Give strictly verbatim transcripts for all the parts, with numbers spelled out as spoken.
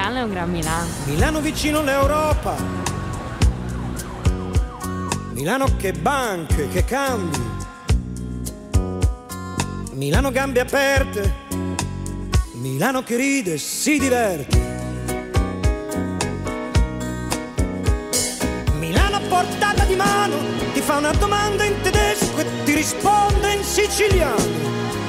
Milano è un gran Milano. Milano vicino all'Europa. Milano che banche, che cambi. Milano gambe aperte. Milano che ride e si diverte. Milano a portata di mano, ti fa una domanda in tedesco e ti risponde in siciliano.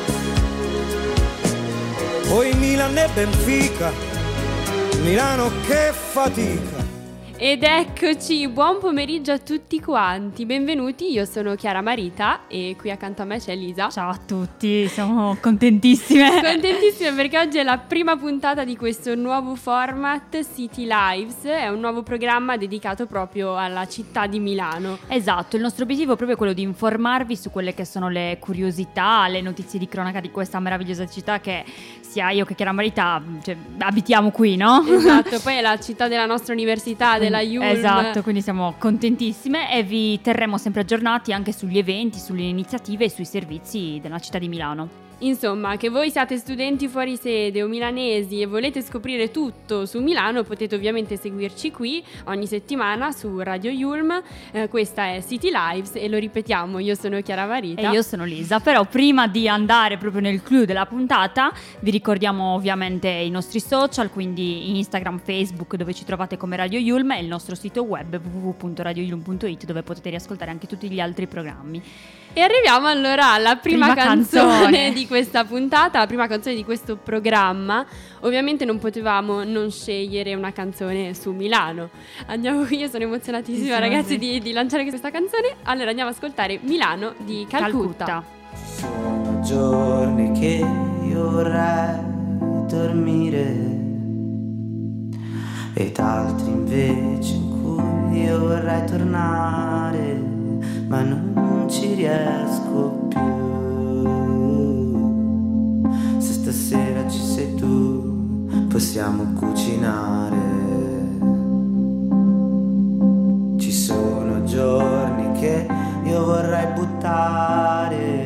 Poi Milan e Benfica, Milano che fatica. Ed eccoci, buon pomeriggio a tutti quanti, benvenuti, io sono Chiara Marita e qui accanto a me c'è Elisa. Ciao a tutti, siamo contentissime. Contentissime perché oggi è la prima puntata di questo nuovo format City Lives, è un nuovo programma dedicato proprio alla città di Milano. Esatto, il nostro obiettivo è proprio quello di informarvi su quelle che sono le curiosità, le notizie di cronaca di questa meravigliosa città che sia io che Chiara Marita, cioè, abitiamo qui, no? Esatto, poi è la città della nostra università, della Yulm. Esatto, quindi siamo contentissime e vi terremo sempre aggiornati anche sugli eventi, sulle iniziative e sui servizi della città di Milano. Insomma, che voi siate studenti fuori sede o milanesi e volete scoprire tutto su Milano, potete ovviamente seguirci qui ogni settimana su Radio Yulm. Eh, questa è City Lives e lo ripetiamo, io sono Chiara Marita. E io sono Lisa, però prima di andare proprio nel clou della puntata vi ricordiamo ovviamente i nostri social, quindi Instagram, Facebook dove ci trovate come Radio Yulm e il nostro sito web w w w punto radio yulm punto it dove potete riascoltare anche tutti gli altri programmi. E arriviamo allora alla prima, prima canzone, canzone di questa puntata, la prima canzone di questo programma. Ovviamente non potevamo non scegliere una canzone su Milano. Andiamo qui, io sono emozionatissima sì, ragazzi sì. di, di lanciare questa canzone. Allora andiamo ad ascoltare Milano di Calcutta. Calcutta. Sono giorni che io vorrei dormire ed altri invece in cui io vorrei tornare, ma non ci riesco più. Se stasera ci sei tu, possiamo cucinare. Ci sono giorni che io vorrei buttare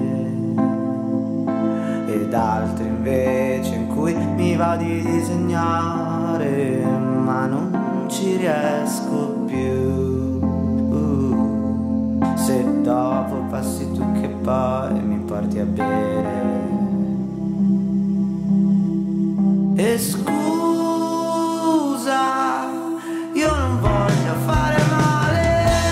ed altri invece in cui mi va di disegnare, ma non ci riesco più. Se dopo passi tu che poi mi porti a bere. E scusa, io non voglio fare male.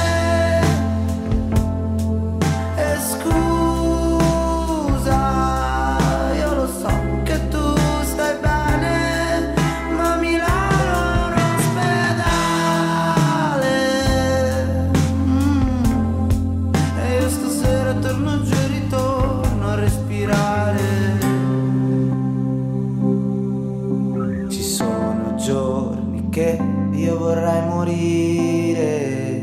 E scusa, io lo so che tu stai bene, ma Milano è un ospedale. Mm. E io stasera torno giù e ritorno a respirare. Ci sono giorni che io vorrei morire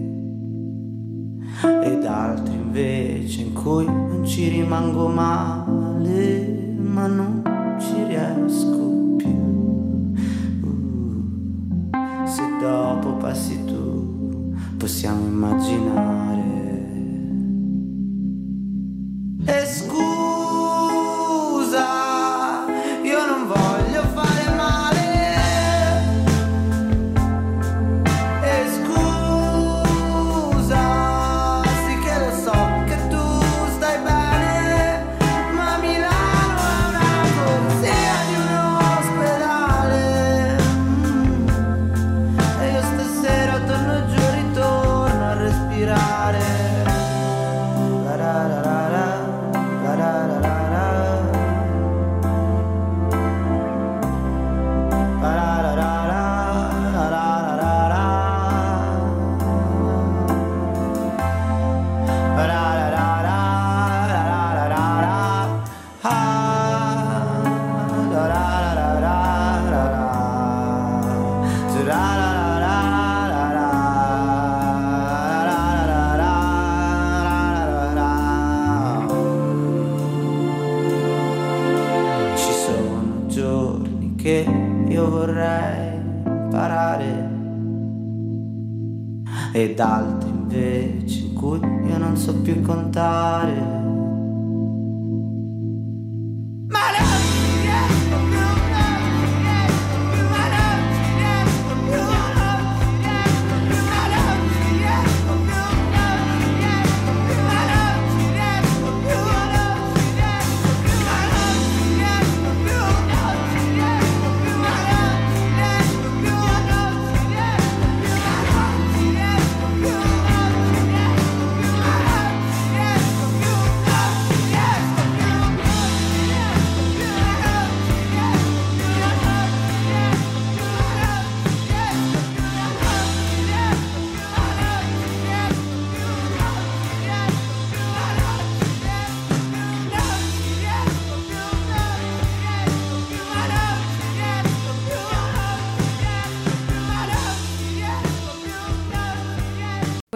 ed altri invece in cui non ci rimango male, ma non ci riesco più. Uh, se dopo passi tu, possiamo immaginare. E scusa, io non voglio fare male. E scusa, sì che lo so che tu stai bene, ma Milano è una corsia di un ospedale. Mm. E io stasera torno giù e ritorno a respirare. La la la la la, la la la la la. La la la la la, la la la la la. La la la la la, la la la la la. Ah, la la la la la, la la. Su la la la la, la la. La la la la, la la la la. Ci sono giorni che io vorrei imparare ed altri invece in cui io non so più contare. Ma non ci riesco più, non ci riesco più, ma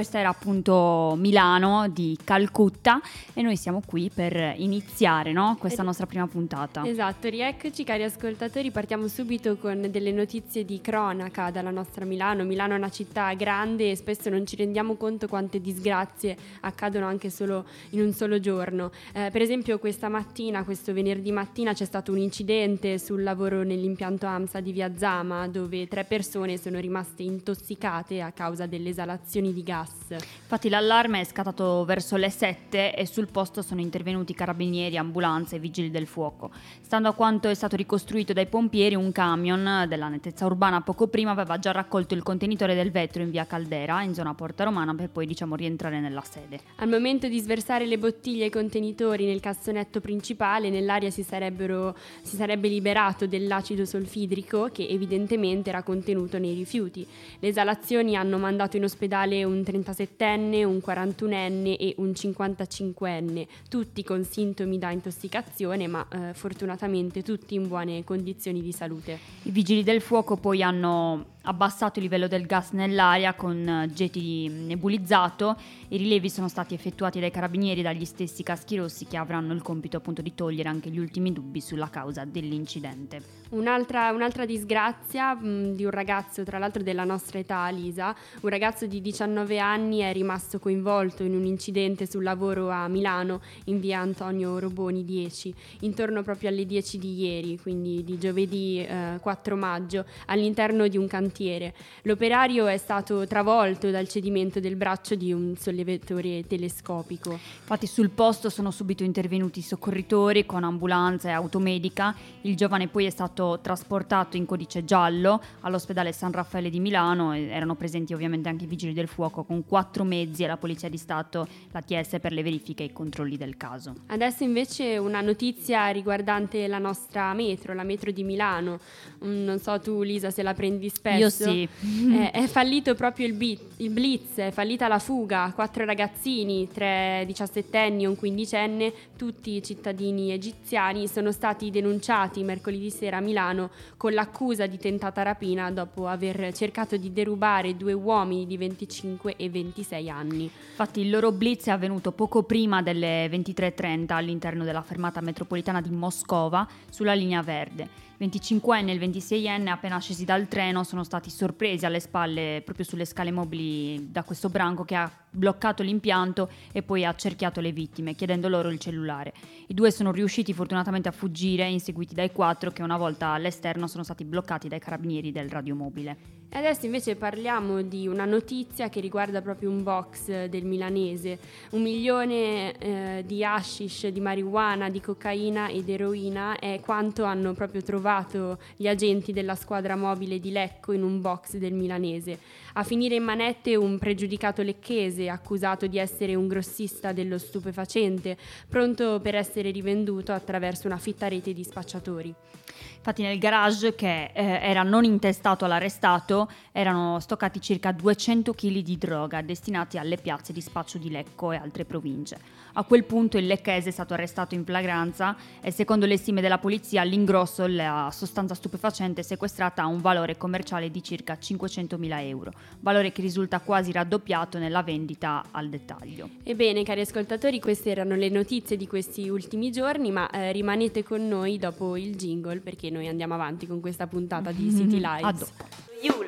questa era appunto Milano di Calcutta e noi siamo qui per iniziare, no? Questa Ed- nostra prima puntata. Esatto, rieccoci cari ascoltatori, partiamo subito con delle notizie di cronaca dalla nostra Milano. Milano è una città grande e spesso non ci rendiamo conto quante disgrazie accadono anche solo in un solo giorno. Eh, per esempio questa mattina, questo venerdì mattina, c'è stato un incidente sul lavoro nell'impianto AMSA di Via Zama, dove tre persone sono rimaste intossicate a causa delle esalazioni di gas. Infatti l'allarme è scattato verso le sette e sul posto sono intervenuti carabinieri, ambulanze e vigili del fuoco. Stando a quanto è stato ricostruito dai pompieri, un camion della nettezza urbana poco prima aveva già raccolto il contenitore del vetro in via Caldera, in zona Porta Romana, per poi diciamo rientrare nella sede. Al momento di sversare le bottiglie e i contenitori nel cassonetto principale, nell'aria si, sarebbero, si sarebbe liberato dell'acido solfidrico che evidentemente era contenuto nei rifiuti. Le esalazioni hanno mandato in ospedale un trentasettenne, un quarantunenne e un cinquantacinquenne, tutti con sintomi da intossicazione, ma eh, fortunatamente tutti in buone condizioni di salute. I vigili del fuoco poi hanno abbassato il livello del gas nell'aria con getti di nebulizzato. I rilevi sono stati effettuati dai carabinieri e dagli stessi caschi rossi, che avranno il compito appunto di togliere anche gli ultimi dubbi sulla causa dell'incidente. Un'altra, un'altra disgrazia mh, di un ragazzo, tra l'altro della nostra età, Lisa, un ragazzo di diciannove anni è rimasto coinvolto in un incidente sul lavoro a Milano in via Antonio Roboni dieci, intorno proprio alle dieci di ieri, quindi di giovedì eh, quattro maggio, all'interno di un cantiere. L'operario è stato travolto dal cedimento del braccio di un sollevatore telescopico. Infatti sul posto sono subito intervenuti i soccorritori con ambulanza e automedica. Il giovane poi è stato trasportato in codice giallo all'ospedale San Raffaele di Milano e erano presenti ovviamente anche i vigili del fuoco con quattro mezzi e la Polizia di Stato, l'A T S, per le verifiche e i controlli del caso. Adesso invece una notizia riguardante la nostra metro, la metro di Milano. Mm, non so tu Lisa se la prendi spesso. Io sì. Eh, è fallito proprio il, bi- il blitz, è fallita la fuga, quattro ragazzini, tre diciassettenni e un quindicenne, tutti cittadini egiziani, sono stati denunciati mercoledì sera a Milano con l'accusa di tentata rapina dopo aver cercato di derubare due uomini di venticinque e ventisei anni. Infatti il loro blitz è avvenuto poco prima delle ventitré e trenta all'interno della fermata metropolitana di Moscova sulla linea verde. venticinquenne e il ventiseienne, appena scesi dal treno, sono stati sorpresi alle spalle proprio sulle scale mobili da questo branco che ha bloccato l'impianto e poi ha accerchiato le vittime chiedendo loro il cellulare. I due sono riusciti fortunatamente a fuggire, inseguiti dai quattro che una volta all'esterno sono stati bloccati dai carabinieri del radiomobile. E adesso invece parliamo di una notizia che riguarda proprio un box del milanese. Un milione eh, di hashish, di marijuana, di cocaina ed eroina è quanto hanno proprio trovato gli agenti della squadra mobile di Lecco in un box del milanese. A finire in manette un pregiudicato lecchese accusato di essere un grossista dello stupefacente, pronto per essere rivenduto attraverso una fitta rete di spacciatori. Infatti nel garage, che eh, era non intestato all'arrestato, erano stoccati circa duecento chili di droga destinati alle piazze di spaccio di Lecco e altre province. A quel punto il lecchese è stato arrestato in flagranza e secondo le stime della polizia all'ingrosso la sostanza stupefacente sequestrata ha un valore commerciale di circa cinquecentomila euro, valore che risulta quasi raddoppiato nella vendita al dettaglio. Ebbene cari ascoltatori, queste erano le notizie di questi ultimi giorni, ma eh, rimanete con noi dopo il jingle perché noi andiamo avanti con questa puntata di City Lives. A dopo. Yulm.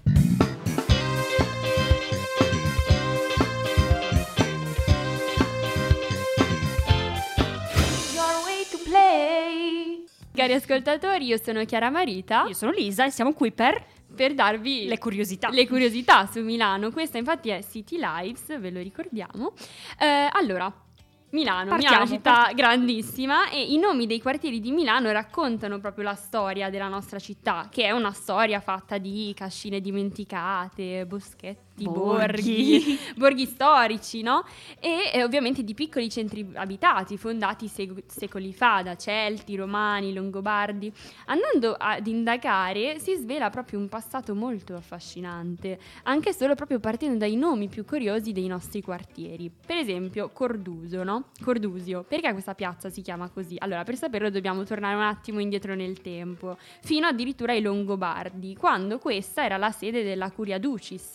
Your way to play. Cari ascoltatori, io sono Chiara Marita. Io sono Lisa e siamo qui per per darvi le curiosità. le curiosità su Milano. Questa infatti è City Lives, ve lo ricordiamo. Eh, allora, Milano, Partiamo, Milano, città part- grandissima, e i nomi dei quartieri di Milano raccontano proprio la storia della nostra città, che è una storia fatta di cascine dimenticate, boschetti, borghi, Borghi. borghi storici, no? E, e ovviamente di piccoli centri abitati fondati sec- secoli fa da Celti, Romani, Longobardi. Andando ad indagare si svela proprio un passato molto affascinante, anche solo proprio partendo dai nomi più curiosi dei nostri quartieri. Per esempio Corduso, no? Cordusio. Perché questa piazza si chiama così? Allora, per saperlo dobbiamo tornare un attimo indietro nel tempo, fino addirittura ai Longobardi, quando questa era la sede della Curia Ducis, ossia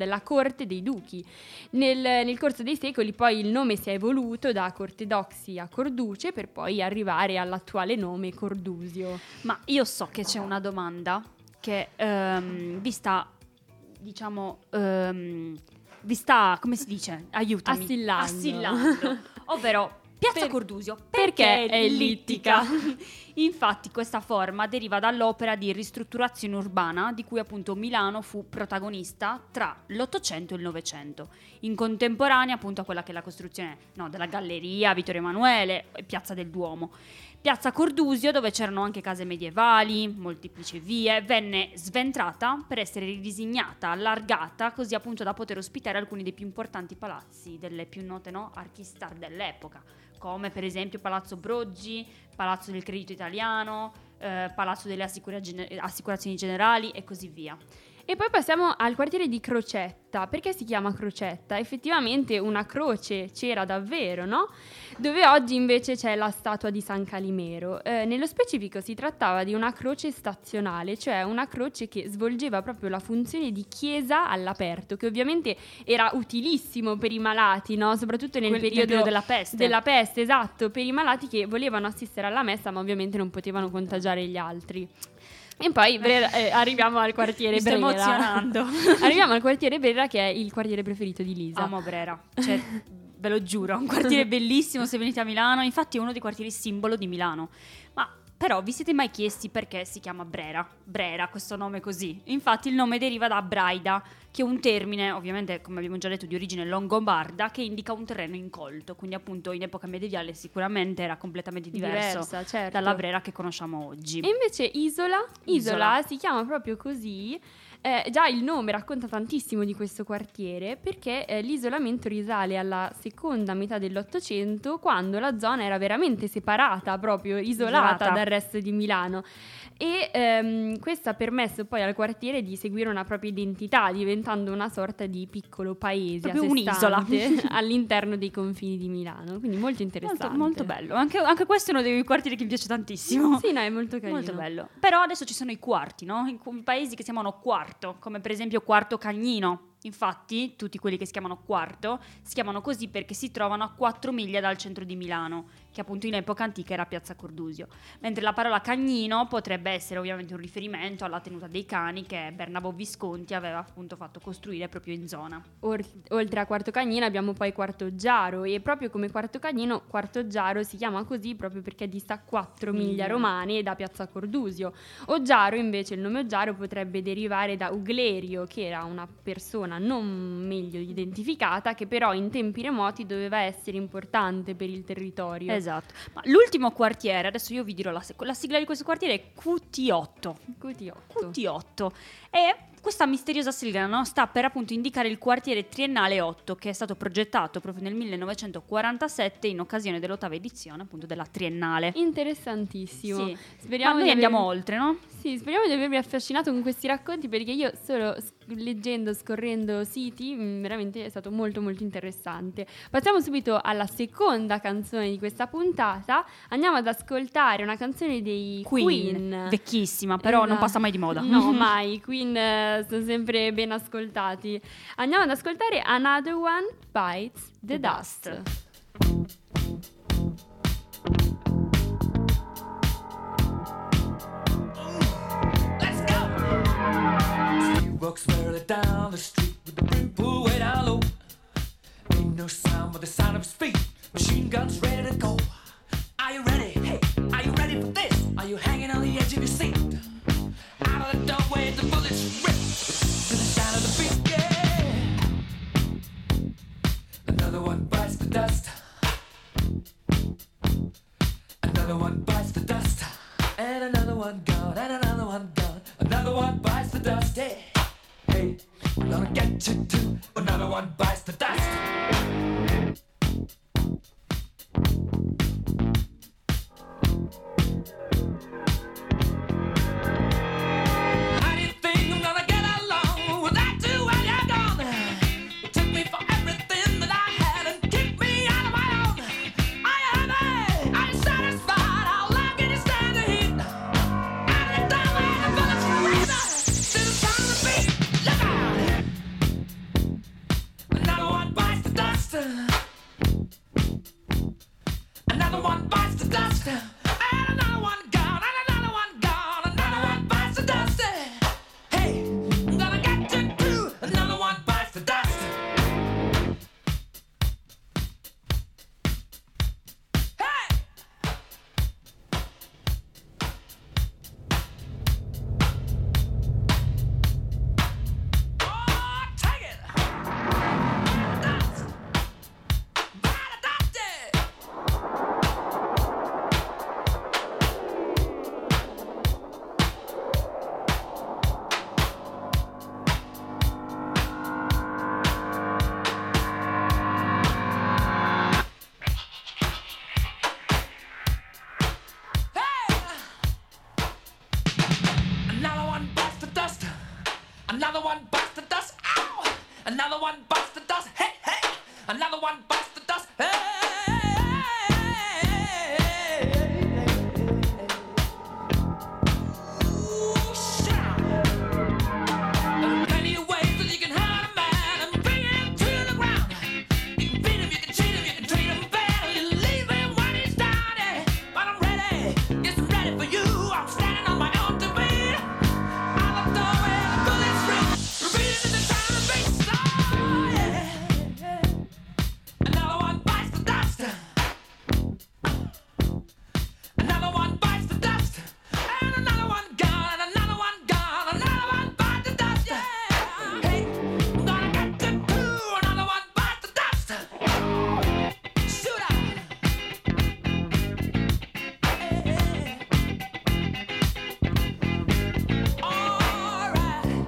della corte dei duchi. Nel, nel corso dei secoli poi il nome si è evoluto da Corte d'Oxi a Corduce per poi arrivare all'attuale nome Cordusio. Ma io so che c'è una domanda che ehm, vi sta, diciamo, ehm, vi sta, come si dice? Aiutami. Assillando. Assillando. Ovvero, Piazza Per- Cordusio, perché perché è ellittica? Infatti questa forma deriva dall'opera di ristrutturazione urbana di cui appunto Milano fu protagonista tra l'Ottocento e il Novecento, in contemporanea appunto a quella che è la costruzione no, della Galleria, Vittorio Emanuele e Piazza del Duomo. Piazza Cordusio, dove c'erano anche case medievali, molteplici vie, venne sventrata per essere ridisegnata, allargata, così appunto da poter ospitare alcuni dei più importanti palazzi delle più note no, archistar dell'epoca, come per esempio Palazzo Broggi, Palazzo del Credito Italiano, eh, Palazzo delle Assicura- Gener- Assicurazioni Generali e così via. E poi passiamo al quartiere di Crocetta. Perché si chiama Crocetta? Effettivamente una croce c'era davvero, no? Dove oggi invece c'è la statua di San Calimero. Eh, nello specifico si trattava di una croce stazionale, cioè una croce che svolgeva proprio la funzione di chiesa all'aperto, che ovviamente era utilissimo per i malati, no? Soprattutto nel Quel- nel periodo periodo della peste. Della peste, esatto, per i malati che volevano assistere alla messa, ma ovviamente non potevano contagiare gli altri. E poi Brera, eh, arriviamo al quartiere Mi sto Brera. emozionando. Arriviamo al quartiere Brera, che è il quartiere preferito di Lisa. Amo Brera, cioè, ve lo giuro, un quartiere bellissimo se venite a Milano, infatti è uno dei quartieri simbolo di Milano. Ma però vi siete mai chiesti perché si chiama Brera? Brera, questo nome così. Infatti il nome deriva da Braida, che è un termine, ovviamente come abbiamo già detto, di origine longobarda, che indica un terreno incolto, quindi appunto in epoca medievale sicuramente era completamente diverso Diversa, certo. dalla Brera che conosciamo oggi. E invece Isola, Isola, Isola. si chiama proprio così. Eh, già il nome racconta tantissimo di questo quartiere, perché eh, l'isolamento risale alla seconda metà dell'Ottocento, quando la zona era veramente separata, proprio isolata, Isolata. dal resto di Milano. E ehm, questo ha permesso poi al quartiere di seguire una propria identità, diventando una sorta di piccolo paese a Proprio sé un'isola. stante all'interno dei confini di Milano. Quindi molto interessante. Molto, molto bello, anche, anche questo è uno dei quartieri che mi piace tantissimo. Sì, no, è molto carino. Molto bello. Però adesso ci sono i quarti, no? In in paesi che si chiamano quarto, come per esempio Quarto Cagnino. Infatti, tutti quelli che si chiamano quarto si chiamano così perché si trovano a quattro miglia dal centro di Milano, che appunto in epoca antica era Piazza Cordusio. Mentre la parola cagnino potrebbe essere ovviamente un riferimento alla tenuta dei cani che Bernabo Visconti aveva appunto fatto costruire proprio in zona. Or- oltre a Quarto Cagnino abbiamo poi Quarto Giaro, e proprio come Quarto Cagnino, Quarto Giaro si chiama così proprio perché dista quattro miglia romane da Piazza Cordusio. Oggiaro invece, il nome Oggiaro potrebbe derivare da Uglerio, che era una persona non meglio identificata, che però in tempi remoti doveva essere importante per il territorio. Esatto. Ma l'ultimo quartiere, adesso io vi dirò la, la sigla di questo quartiere è Q T otto. Q T otto. Q T otto. E questa misteriosa sigla, no, sta per appunto indicare il quartiere triennale otto, che è stato progettato proprio nel millenovecentoquarantasette in occasione dell'ottava edizione appunto della triennale. Interessantissimo. Sì. Speriamo Ma noi di andiamo aver- oltre, no? Sì, speriamo di avervi affascinato con questi racconti, perché io solo s- leggendo, scorrendo siti, mh, veramente è stato molto molto interessante. Passiamo subito alla seconda canzone di questa puntata. Andiamo ad ascoltare una canzone dei Queen. Queen, vecchissima, però non Esatto. passa mai di moda. No, mai. I Queen eh, sono sempre ben ascoltati. Andiamo ad ascoltare Another One Bites the, The Dust. Dust. He walks merrily down the street with the brim pulled way down low. Ain't no sound but the sound of his feet. Machine guns ready to go. Are you ready? Hey, are you ready for this? Are you hanging on the edge of your seat? Out of the doorway, the bullets rip to the sound of the beat. Yeah. Another one bites the dust. Another one bites the dust. And another one gone. And another one gone. Another one bites the dust. Hey, hey, we're gonna get you too. Another one bites the dust. How do you think I'm gonna get along without you when you're gone? You took me for everything that I had and kicked me out of my own. Are you happy? Are you satisfied? How long can you stand the heat? Out of the doorway, the bullets rip to the sound of the beat. Look out! dust. And another one gone, and another one gone, another one bites the dust. Hey, I'm gonna get you too. Another one bites the dust. Hey! Oh, take it! Dust! Bite the dust! Hey! Another one bites the dust. Another one bites the dust. Ow! Another one bites the dust. Hey, hey! Another one bites the dust. Hey! Ooh, shut up. There are plenty of ways that you can hurt a man and bring him to the ground. You can beat him, you can cheat him, you can treat him bad, or you leave him when he's down. eh. But I'm ready, yes, I'm ready for you. I'm standing on my own two feet. Out the door where the bullets ring, repeating the sound of bass. Oh, yeah. Another one bites the dust. Another one bites the dust. And another one gone, and another one gone, another one bites the dust. Yeah. Hey, I'm gonna get you too. Another one bites the dust. Shoot out. Hey. All right.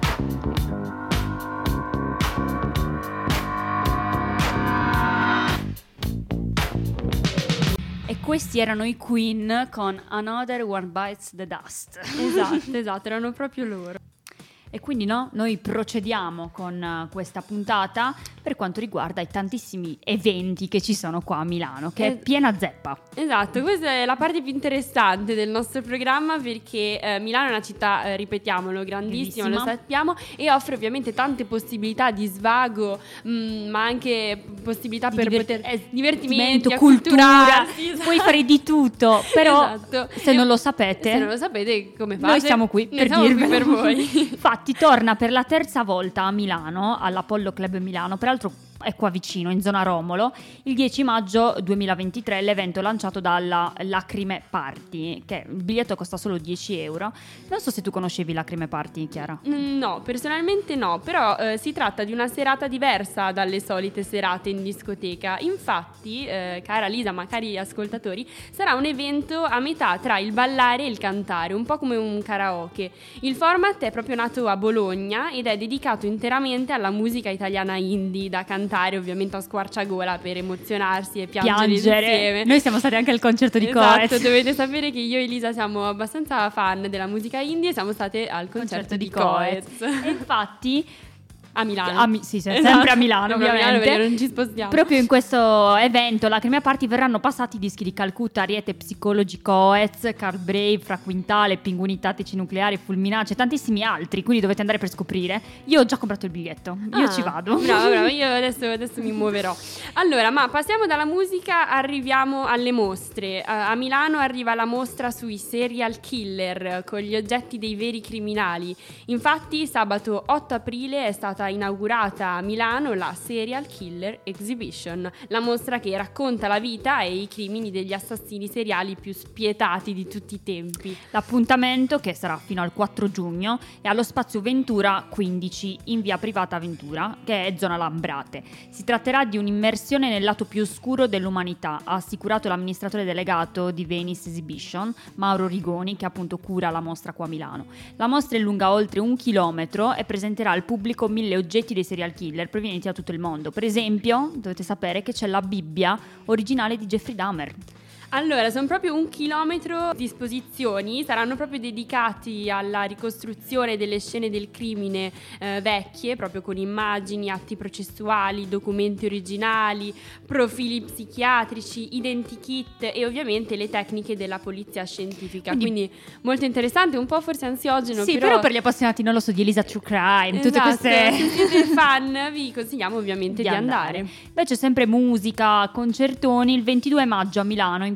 E questi erano i Queen con Another One Bites the Dust. Esatto, esatto, erano proprio loro. E quindi no, noi procediamo con eh, questa puntata per quanto riguarda i tantissimi eventi che ci sono qua a Milano, che è Eh, piena zeppa. Esatto, questa è la parte più interessante del nostro programma perché eh, Milano è una città, eh, ripetiamolo, grandissima, Bellissima. lo sappiamo, e offre ovviamente tante possibilità di svago, mh, ma anche possibilità Di per diver- poter... eh, divertimento, cultura, sì, esatto. puoi fare di tutto, però Esatto. se non lo E sapete, se non lo sapete come fate? noi siamo qui Noi per siamo qui dirvelo. per voi. Infatti torna per la terza volta a Milano, all'Apollo Club Milano, peraltro è qua vicino, in zona Romolo, il dieci maggio duemilaventitré, l'evento lanciato dalla Lacrime Party, che il biglietto costa solo dieci euro. Non so se tu conoscevi Lacrime Party, Chiara. Mm, No, personalmente no, però eh, si tratta di una serata diversa dalle solite serate in discoteca. Infatti, eh, cara Lisa, ma cari ascoltatori, sarà un evento a metà tra il ballare e il cantare, un po' come un karaoke. Il format è proprio nato a Bologna ed è dedicato interamente alla musica italiana indie, da cantare ovviamente a squarciagola per emozionarsi e piangere, Piangere. insieme. Noi siamo stati anche al concerto di Esatto, Coez. dovete sapere che io e Elisa siamo abbastanza fan della musica indie e siamo state al concerto, di Coez E infatti a Milano. A Mi- sì, sì, Esatto. sempre a Milano, Sempre a Milano, ovviamente. perché non ci spostiamo. Proprio in questo evento, Lacrime Party, verranno passati i dischi di Calcutta, Ariete, Psicologi, Coez, Carl Brave, Fra Quintale, Pinguini Tattici Nucleari, Fulminace e tantissimi altri, quindi dovete andare per scoprire. Io ho già comprato il biglietto, io Ah, ci vado. Bravo, bravo, io adesso, adesso mi muoverò. Allora, ma passiamo dalla musica, arriviamo alle mostre. Uh, a Milano arriva la mostra sui serial killer, con gli oggetti dei veri criminali. Infatti, sabato otto aprile è stata inaugurata a Milano la Serial Killer Exhibition, la mostra che racconta la vita e i crimini degli assassini seriali più spietati di tutti i tempi. L'appuntamento, che sarà fino al quattro giugno, è allo spazio Ventura quindici in via Privata Ventura, che è zona Lambrate. Si tratterà di un'immersione nel lato più oscuro dell'umanità, ha assicurato l'amministratore delegato di Venice Exhibition, Mauro Rigoni, che appunto cura la mostra qua a Milano. La mostra è lunga oltre un chilometro e presenterà al pubblico mille oggetti dei serial killer provenienti da tutto il mondo. Per esempio, dovete sapere che c'è la Bibbia originale di Jeffrey Dahmer. Allora, sono proprio un chilometro di esposizioni, saranno proprio dedicati alla ricostruzione delle scene del crimine eh, vecchie, proprio con immagini, atti processuali, documenti originali, profili psichiatrici, identikit e ovviamente le tecniche della polizia scientifica. Quindi- Quindi, molto interessante, un po' forse ansiogeno, Sì, però... però per gli appassionati, non lo so, di Elisa True Crime, tutte Esatto, queste... se siete fan vi consigliamo ovviamente di, andare. Invece sempre musica, concertoni, il ventidue maggio a Milano in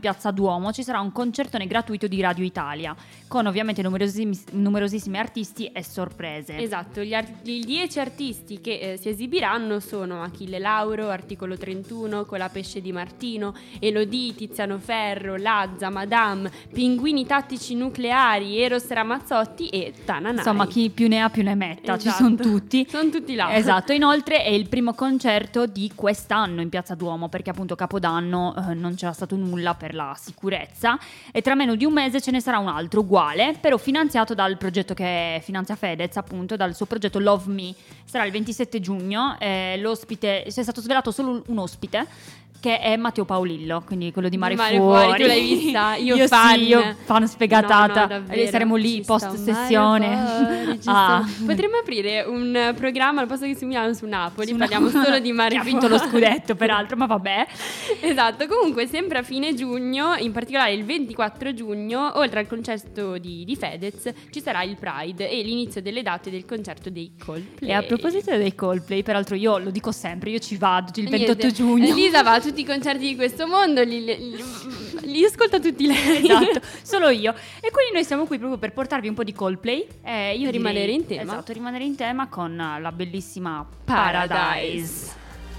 Piazza Duomo ci sarà un concertone gratuito di Radio Italia, con ovviamente numerosim- numerosissimi artisti e sorprese. Esatto, gli, art- i dieci artisti che eh, si esibiranno sono Achille Lauro, Articolo trentuno, Colapesce Di Martino, Elodie, Tiziano Ferro, Lazza, Madame, Pinguini Tattici Nucleari, Eros Ramazzotti e Tananai. Insomma, chi più ne ha più ne metta, Esatto. ci sono tutti. Sono tutti là. Esatto, inoltre è il primo concerto di quest'anno in Piazza Duomo, perché appunto Capodanno eh, non c'era stato nulla per la sicurezza, e tra meno di un mese ce ne sarà un altro uguale, però finanziato dal progetto che finanzia Fedez, appunto dal suo progetto Love Me. Sarà il ventisette giugno, eh, l'ospite, è stato svelato solo un ospite, che è Matteo Paolillo, quindi quello di Mare, Mare Fuori. Fuori, tu l'hai vista? Io, io fan. Sì, io fan sfegatata. No, no, davvero. E saremo lì Ci post sta sessione. Mare Fuori, ci Ah. sta. Potremmo aprire un programma al posto che su Milano su Napoli, parliamo No. solo di Mare Che ha Fuori. vinto lo scudetto peraltro, ma vabbè. Esatto, comunque sempre a fine giugno, in particolare il ventiquattro giugno, oltre al concerto di, di Fedez, ci sarà il Pride e l'inizio delle date del concerto dei Coldplay. E a proposito dei Coldplay, peraltro io lo dico sempre, io ci vado il ventotto Niente, giugno. Elisa va a tutti i concerti di questo mondo, li, li, li ascolta tutti lei. Esatto, solo io. E quindi noi siamo qui proprio per portarvi un po' di Coldplay. Eh, io Per rimanere direi- in tema. Esatto, rimanere in tema con la bellissima Paradise. Paradise.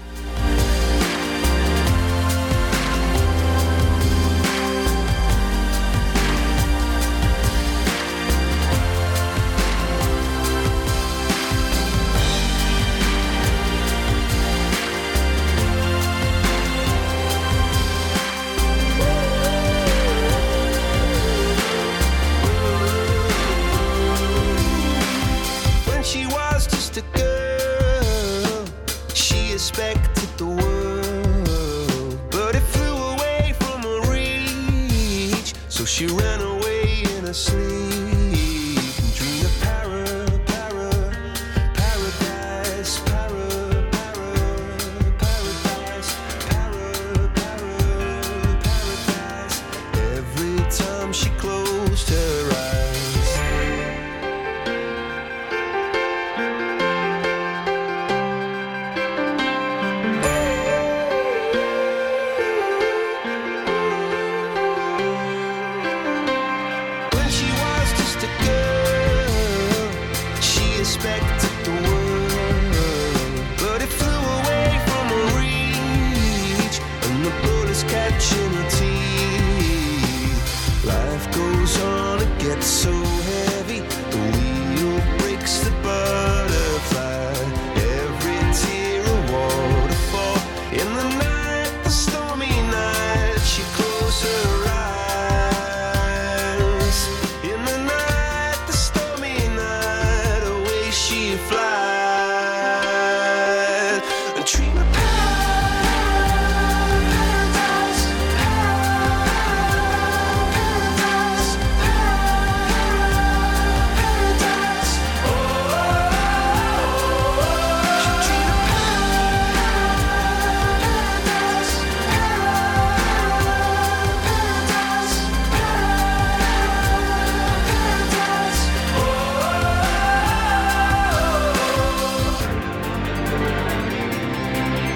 When she was just a girl, she expected the world, but it flew away from her reach. So she ran away in her sleep and dreamed of para, para, paradise, para, para, paradise, para, para, paradise. Every time she closed her eyes. When she was just a girl, she expected the world, but it flew away from her reach, and the bullets catching her teeth. Life goes on, it gets so heavy, the wheel breaks the butterfly. Every tear a waterfall. In the night, the stormy night, she closed her eyes. In the night, the stormy night, away she flies. And dream of paradise, paradise, paradise. Oh, she dreamed of paradise, paradise, paradise.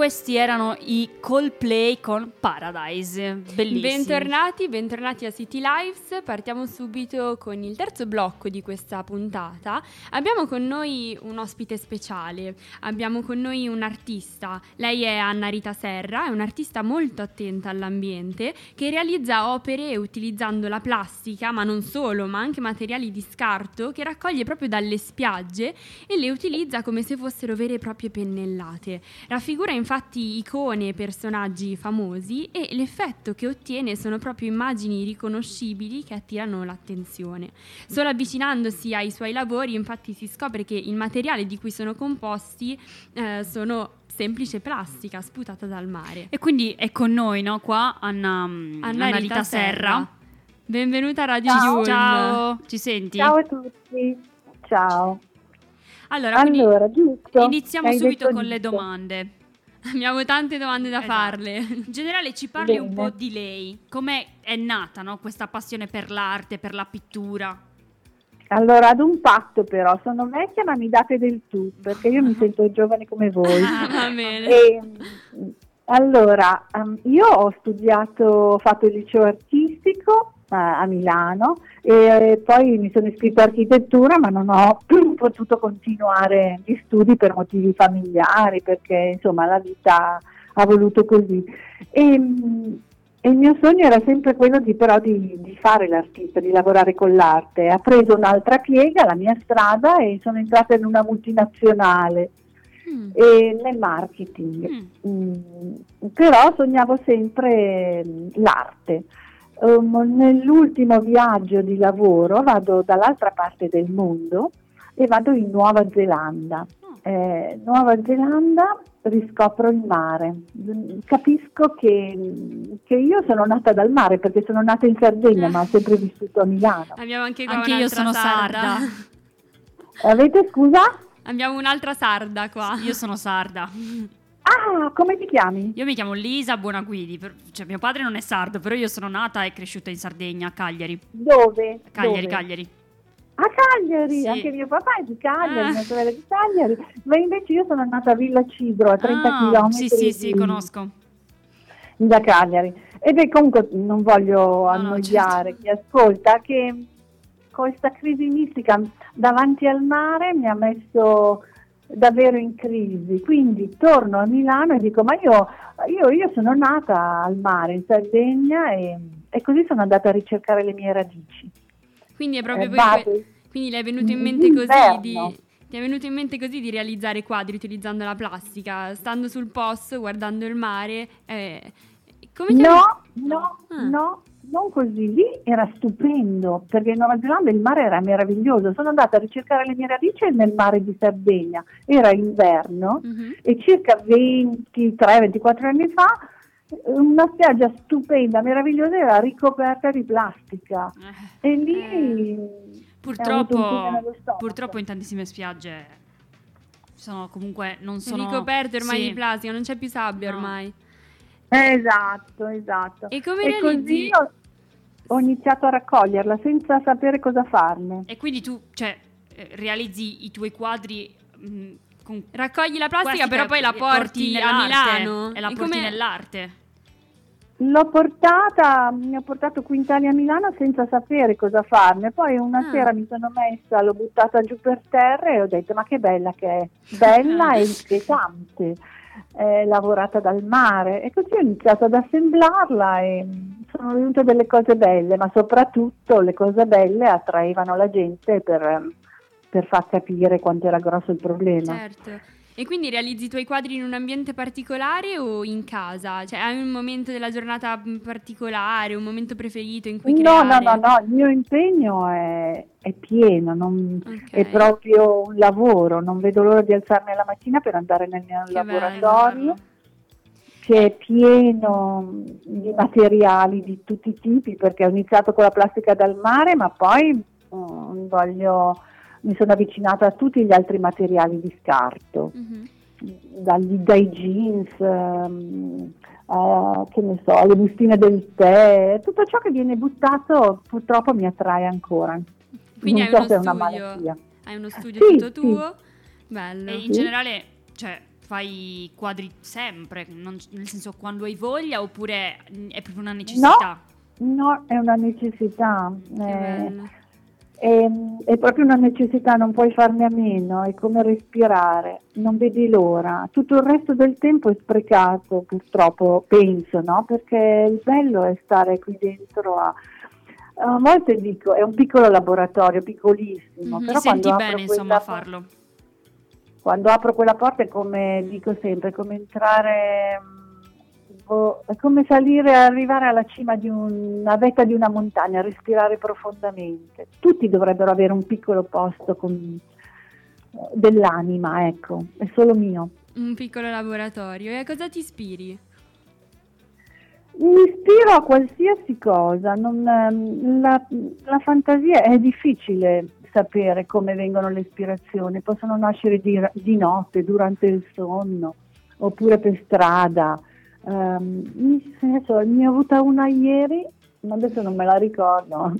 questi erano i Coldplay con Paradise. Bellissimi. Bentornati, bentornati a City Lives. Partiamo subito con il terzo blocco di questa puntata. Abbiamo con noi un ospite speciale, abbiamo con noi un'artista. Lei è Anna Rita Serra, è un'artista molto attenta all'ambiente che realizza opere utilizzando la plastica, ma non solo, ma anche materiali di scarto che raccoglie proprio dalle spiagge e le utilizza come se fossero vere e proprie pennellate. Raffigura infatti icone e personaggi famosi e l'effetto che ottiene sono proprio immagini riconoscibili che attirano l'attenzione. Solo avvicinandosi ai suoi lavori infatti si scopre che il materiale di cui sono composti eh, sono semplice plastica sputata dal mare. E quindi è con noi, no? Qua Anna, Anna, Anna Rita, Rita Serra. Serra. Benvenuta a Radio Ciao. Yulm. Ciao, ci senti? Ciao a tutti, ciao. Allora, quindi Allora, giusto? iniziamo Hai subito detto con le giusto. domande. Abbiamo tante domande da Esatto. farle. In generale ci parli un Bene. po' di lei, come è nata, no? Questa passione per l'arte, per la pittura. Allora, ad un patto però, sono vecchia ma mi date del tu, perché io mi sento giovane come voi. Ah, va bene. E, mm, allora, um, io ho studiato, ho fatto il liceo artistico a, a Milano e eh, poi mi sono iscritta a architettura, ma non ho potuto continuare gli studi per motivi familiari, perché insomma la vita ha voluto così. E, mm, E il mio sogno era sempre quello di, però di, di fare l'artista, di lavorare con l'arte. Ha preso un'altra piega, la mia strada, e sono entrata in una multinazionale Mm. e nel marketing. Mm. Mm, però sognavo sempre mm, l'arte. Um, nell'ultimo viaggio di lavoro vado dall'altra parte del mondo e vado in Nuova Zelanda. Eh, Nuova Zelanda riscopro il mare, capisco che, che io sono nata dal mare perché sono nata in Sardegna ma ho sempre vissuto a Milano. Abbiamo anche qua Anche io un'altra sono sarda. sarda. Avete scusa? Abbiamo un'altra sarda qua. Io sono sarda. Ah, come ti chiami? Io mi chiamo Lisa Buonaguidi, per- cioè mio padre non è sardo, però io sono nata e cresciuta in Sardegna, a Cagliari. Dove? Cagliari, Dove? Cagliari. A Cagliari, Sì. anche mio papà è di Cagliari, Ah. mia sorella è di Cagliari, ma invece io sono nata a Villa Cidro a trenta Ah, chilometri sì, sì, sì, di- conosco. da Cagliari. E beh, comunque non voglio no, annoiare certo. chi ascolta, che questa crisi mistica davanti al mare mi ha messo davvero in crisi, quindi torno a Milano e dico ma io, io, io sono nata al mare in Sardegna e, e così sono andata a ricercare le mie radici. Quindi è proprio Eh, per vado que- quindi le è venuto in in mente così inverno. di ti è venuto in mente così di realizzare quadri utilizzando la plastica, stando sul posto, guardando il mare. eh, come ti è- No, no, Ah. no, non così. Lì era stupendo, perché in Nuova Zelanda il mare era meraviglioso. Sono andata a ricercare le mie radici nel mare di Sardegna. Era inverno Mhm. e circa ventitré ventiquattro anni fa una spiaggia stupenda, meravigliosa, era ricoperta di plastica. Eh, E lì ho avuto un pugno Purtroppo, nello stomaco. purtroppo in tantissime spiagge sono comunque non sono Ricoperte ormai sì. di plastica, non c'è più sabbia No. ormai. Esatto, esatto. E come E realizzi? così ho, ho iniziato a raccoglierla senza sapere cosa farne. E quindi tu, cioè, eh, realizzi i tuoi quadri mh, con Raccogli la plastica, plastica però poi la e porti a nell'arte, Milano e la E porti come- nell'arte. L'ho portata, mi ho portato quintali a Milano senza sapere cosa farne. Poi una Ah. sera mi sono messa, l'ho buttata giù per terra e ho detto ma che bella che è, bella e inquietante, è lavorata dal mare. E così ho iniziato ad assemblarla e sono venute delle cose belle, ma soprattutto le cose belle attraevano la gente per, per far capire quanto era grosso il problema. Certo. E quindi realizzi i tuoi quadri in un ambiente particolare o in casa? Cioè hai un momento della giornata mh, particolare, un momento preferito in cui No, no, creare? no, no, il mio impegno è, è pieno, non- Ok. è proprio un lavoro, non vedo l'ora di alzarmi alla mattina per andare nel mio Che laboratorio, bello. che è pieno di materiali di tutti i tipi, perché ho iniziato con la plastica dal mare, ma poi mm, voglio, mi sono avvicinata a tutti gli altri materiali di scarto. Mhm. Dagli, dai jeans, ehm, a, che ne so, alle bustine del tè, tutto ciò che viene buttato purtroppo mi attrae ancora. Quindi non hai so uno se è una studio, malattia. hai uno studio Sì, tutto sì. tuo? Bello. E in Sì. generale, cioè, fai quadri sempre, non- nel senso quando hai voglia, oppure è proprio una necessità? No, no, è una necessità. Che eh, bello. È, è proprio una necessità, non puoi farne a meno, è come respirare, non vedi l'ora. Tutto il resto del tempo è sprecato, purtroppo, penso, no? Perché il bello è stare qui dentro a... A volte dico, è un piccolo laboratorio, piccolissimo, Mhm, però Ti senti quando bene apro insomma a quella- farlo? Quando apro quella porta è come, dico sempre, è come entrare, mh, boh, è come salire e arrivare alla cima di una vetta di una montagna, respirare profondamente. Tutti dovrebbero avere un piccolo posto con- dell'anima, ecco, è solo mio. Un piccolo laboratorio. E a cosa ti ispiri? Mi ispiro a qualsiasi cosa, non, ehm, la, la fantasia è difficile sapere come vengono le ispirazioni, possono nascere di, di notte, durante il sonno, oppure per strada. Ehm, mi, adesso, ne ho avuta una ieri, ma adesso non me la ricordo.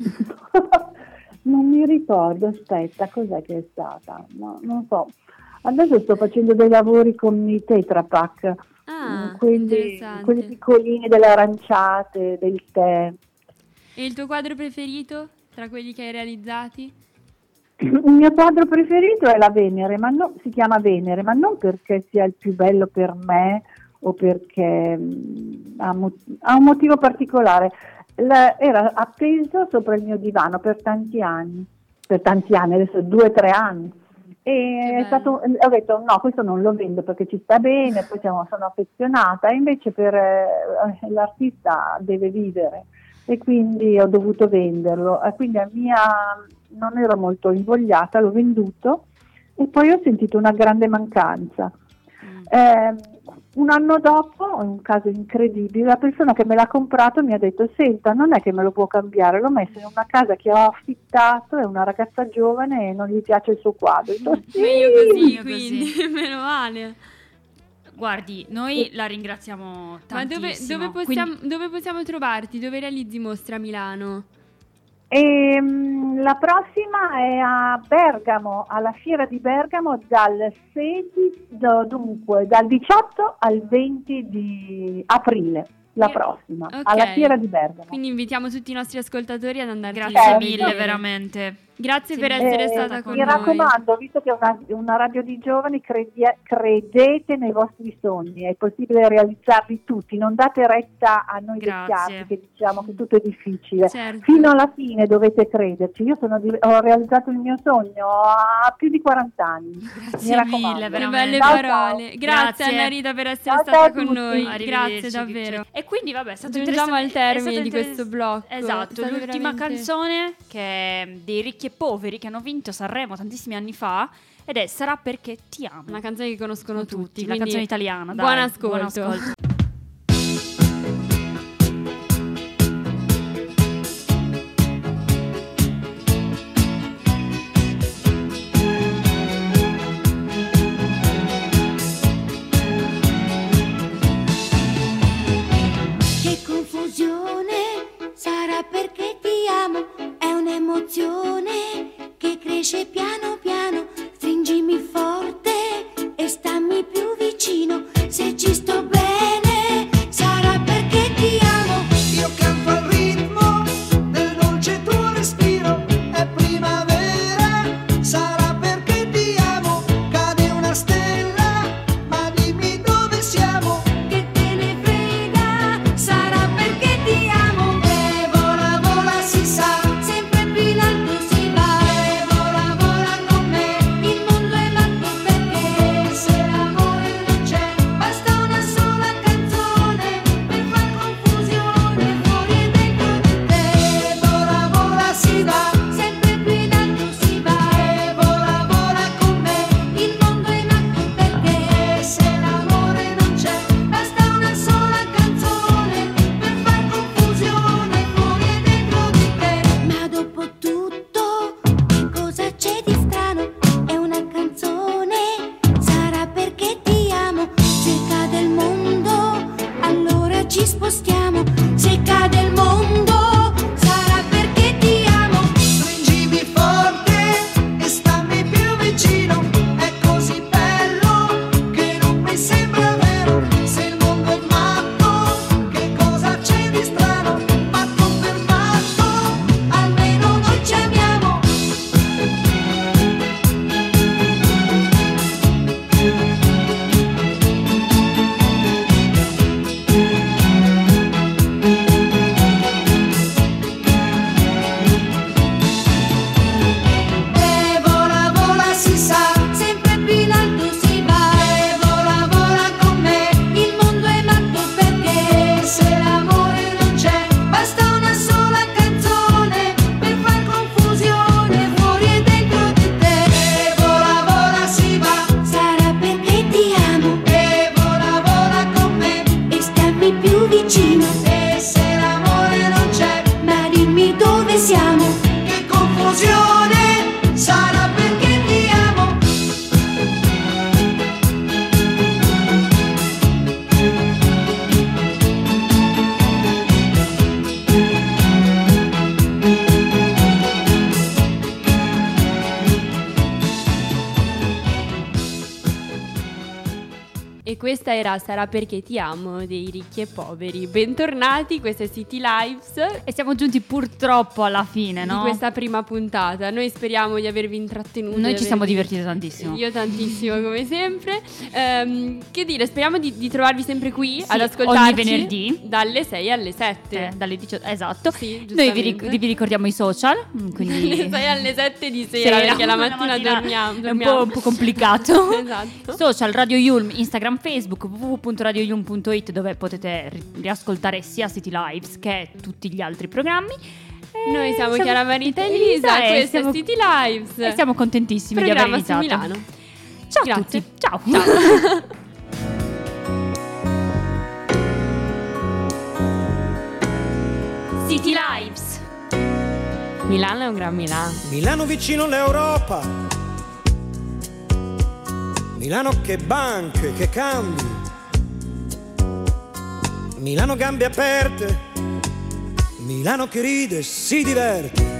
Non mi ricordo, aspetta, cos'è che è stata? No, non so. Adesso sto facendo dei lavori con i Tetra Pak. Ah, Mm, quelli, interessante. quelli piccolini, delle aranciate, del tè. E il tuo quadro preferito tra quelli che hai realizzati? Il mio quadro preferito è la Venere, ma no, si chiama Venere, ma non perché sia il più bello per me o perché mh, ha, mo- ha un motivo particolare. La- era appeso sopra il mio divano per tanti anni, per tanti anni, adesso due o tre anni. E bello. è stato, ho detto no, questo non lo vendo perché ci sta bene, poi siamo- sono affezionata, e invece per eh, l'artista deve vivere, e quindi ho dovuto venderlo, e quindi a mia non ero molto invogliata, l'ho venduto e poi ho sentito una grande mancanza. Eh, un anno dopo, un caso incredibile, la persona che me l'ha comprato mi ha detto: senta, non è che me lo può cambiare, l'ho messo in una casa che ho affittato, è una ragazza giovane e non gli piace il suo quadro. Ho detto, sì. Meglio così, meglio quindi, meno male. Guardi, noi la ringraziamo Ma dove, tantissimo. dove possiamo, dove possiamo trovarti? Dove realizzi mostre a Milano? E, mm, la prossima è a Bergamo, alla Fiera di Bergamo, dal sedici, do- dunque, dal diciotto al venti di aprile, la Eh, prossima, ok. alla Fiera di Bergamo. Quindi invitiamo tutti i nostri ascoltatori ad andare Grazie Certo. mille, veramente. Grazie Sì, per eh, essere Eh, stata con mi noi. raccomando, visto che è una, una radio di giovani, credi- credete nei vostri sogni, è possibile realizzarli tutti, non date retta a noi Grazie. vecchiardi che diciamo che tutto è difficile. Certo. Fino alla fine dovete crederci. Io sono di- ho realizzato il mio sogno a più di quaranta anni. Grazie Mi raccomando. mille, Che veramente. belle Ciao, parole. ciao. Grazie, Grazie. Anna Rita per essere Ciao, stata ciao a con tutti. noi. Arrivederci, Grazie che davvero. c'è. E quindi vabbè, è stato Giungiamo interessante- al è termine stato di interess- questo blocco. È Esatto, stato l'ultima veramente- canzone che è dei Ricchi e Poveri che hanno vinto Sanremo tantissimi anni fa, ed è Sarà perché ti amo. Una canzone che conoscono Tutti, tutti. la quindi canzone italiana, dai. Buon ascolto. Buon ascolto. Che confusione, sarà perché ti amo, è un'emozione che cresce piano piano, stringimi forte e stammi più vicino, se ci sto bene, sarà perché ti amo. Io canto al ritmo del dolce tuo respiro, è primavera, sarà perché ti amo, cade una stella, ma dimmi dove siamo. Che te ne frega, sarà perché ti amo. E vola, vola, si sa, Sempre più in alto si va, e vola, vola con me, il mondo è matto perché se l'amore non c'è, basta una sola canzone per far confusione fuori e dentro di te. e vola, vola, si va, Sempre più in alto si va, e vola, vola con me, il mondo è matto perché se l'amore non c'è, basta una sola canzone per far confusione fuori e dentro di te. Ma dopo tutto, che cosa c'è di strano? È una canzone, sarà perché ti amo. Se cade il mondo, allora ci spostiamo. Se cade il mondo, sarà perché ti amo. stringimi forte e stammi più vicino, è così bello che non mi questa era Sarà perché ti amo dei Ricchi e Poveri. Bentornati, questa è City Lives e siamo giunti purtroppo alla fine, no? di questa prima puntata. Noi speriamo di avervi intrattenuti. Noi ci siamo avervi... divertiti tantissimo. Io tantissimo come sempre. Ehm, che dire, speriamo di, di trovarvi sempre qui sì, ad ascoltarci ogni venerdì dalle sei alle sette. Eh, dalle diciotto, esatto. Sì, Noi vi, ric- vi ricordiamo i social, quindi dalle sei alle sette di sera, Sera, perché la mattina, mattina dormiamo, è un dormiamo. po', un po' complicato. Esatto. Social Radio Yulm, Instagram, Facebook, w w w punto radio yulm punto it, dove potete ri- riascoltare sia City Lives che tutti gli altri programmi. E Noi siamo, siamo Chiara Marita e Elisa, e questa siamo, è City Lives e siamo contentissimi di aver Programma su iniziato. Milano. Ciao a Grazie. tutti. Ciao. Ciao. City Lives. Milano è un gran Milano. Milano vicino all'Europa, Milano che banche, che cambi, Milano gambe aperte, Milano che ride e si diverte.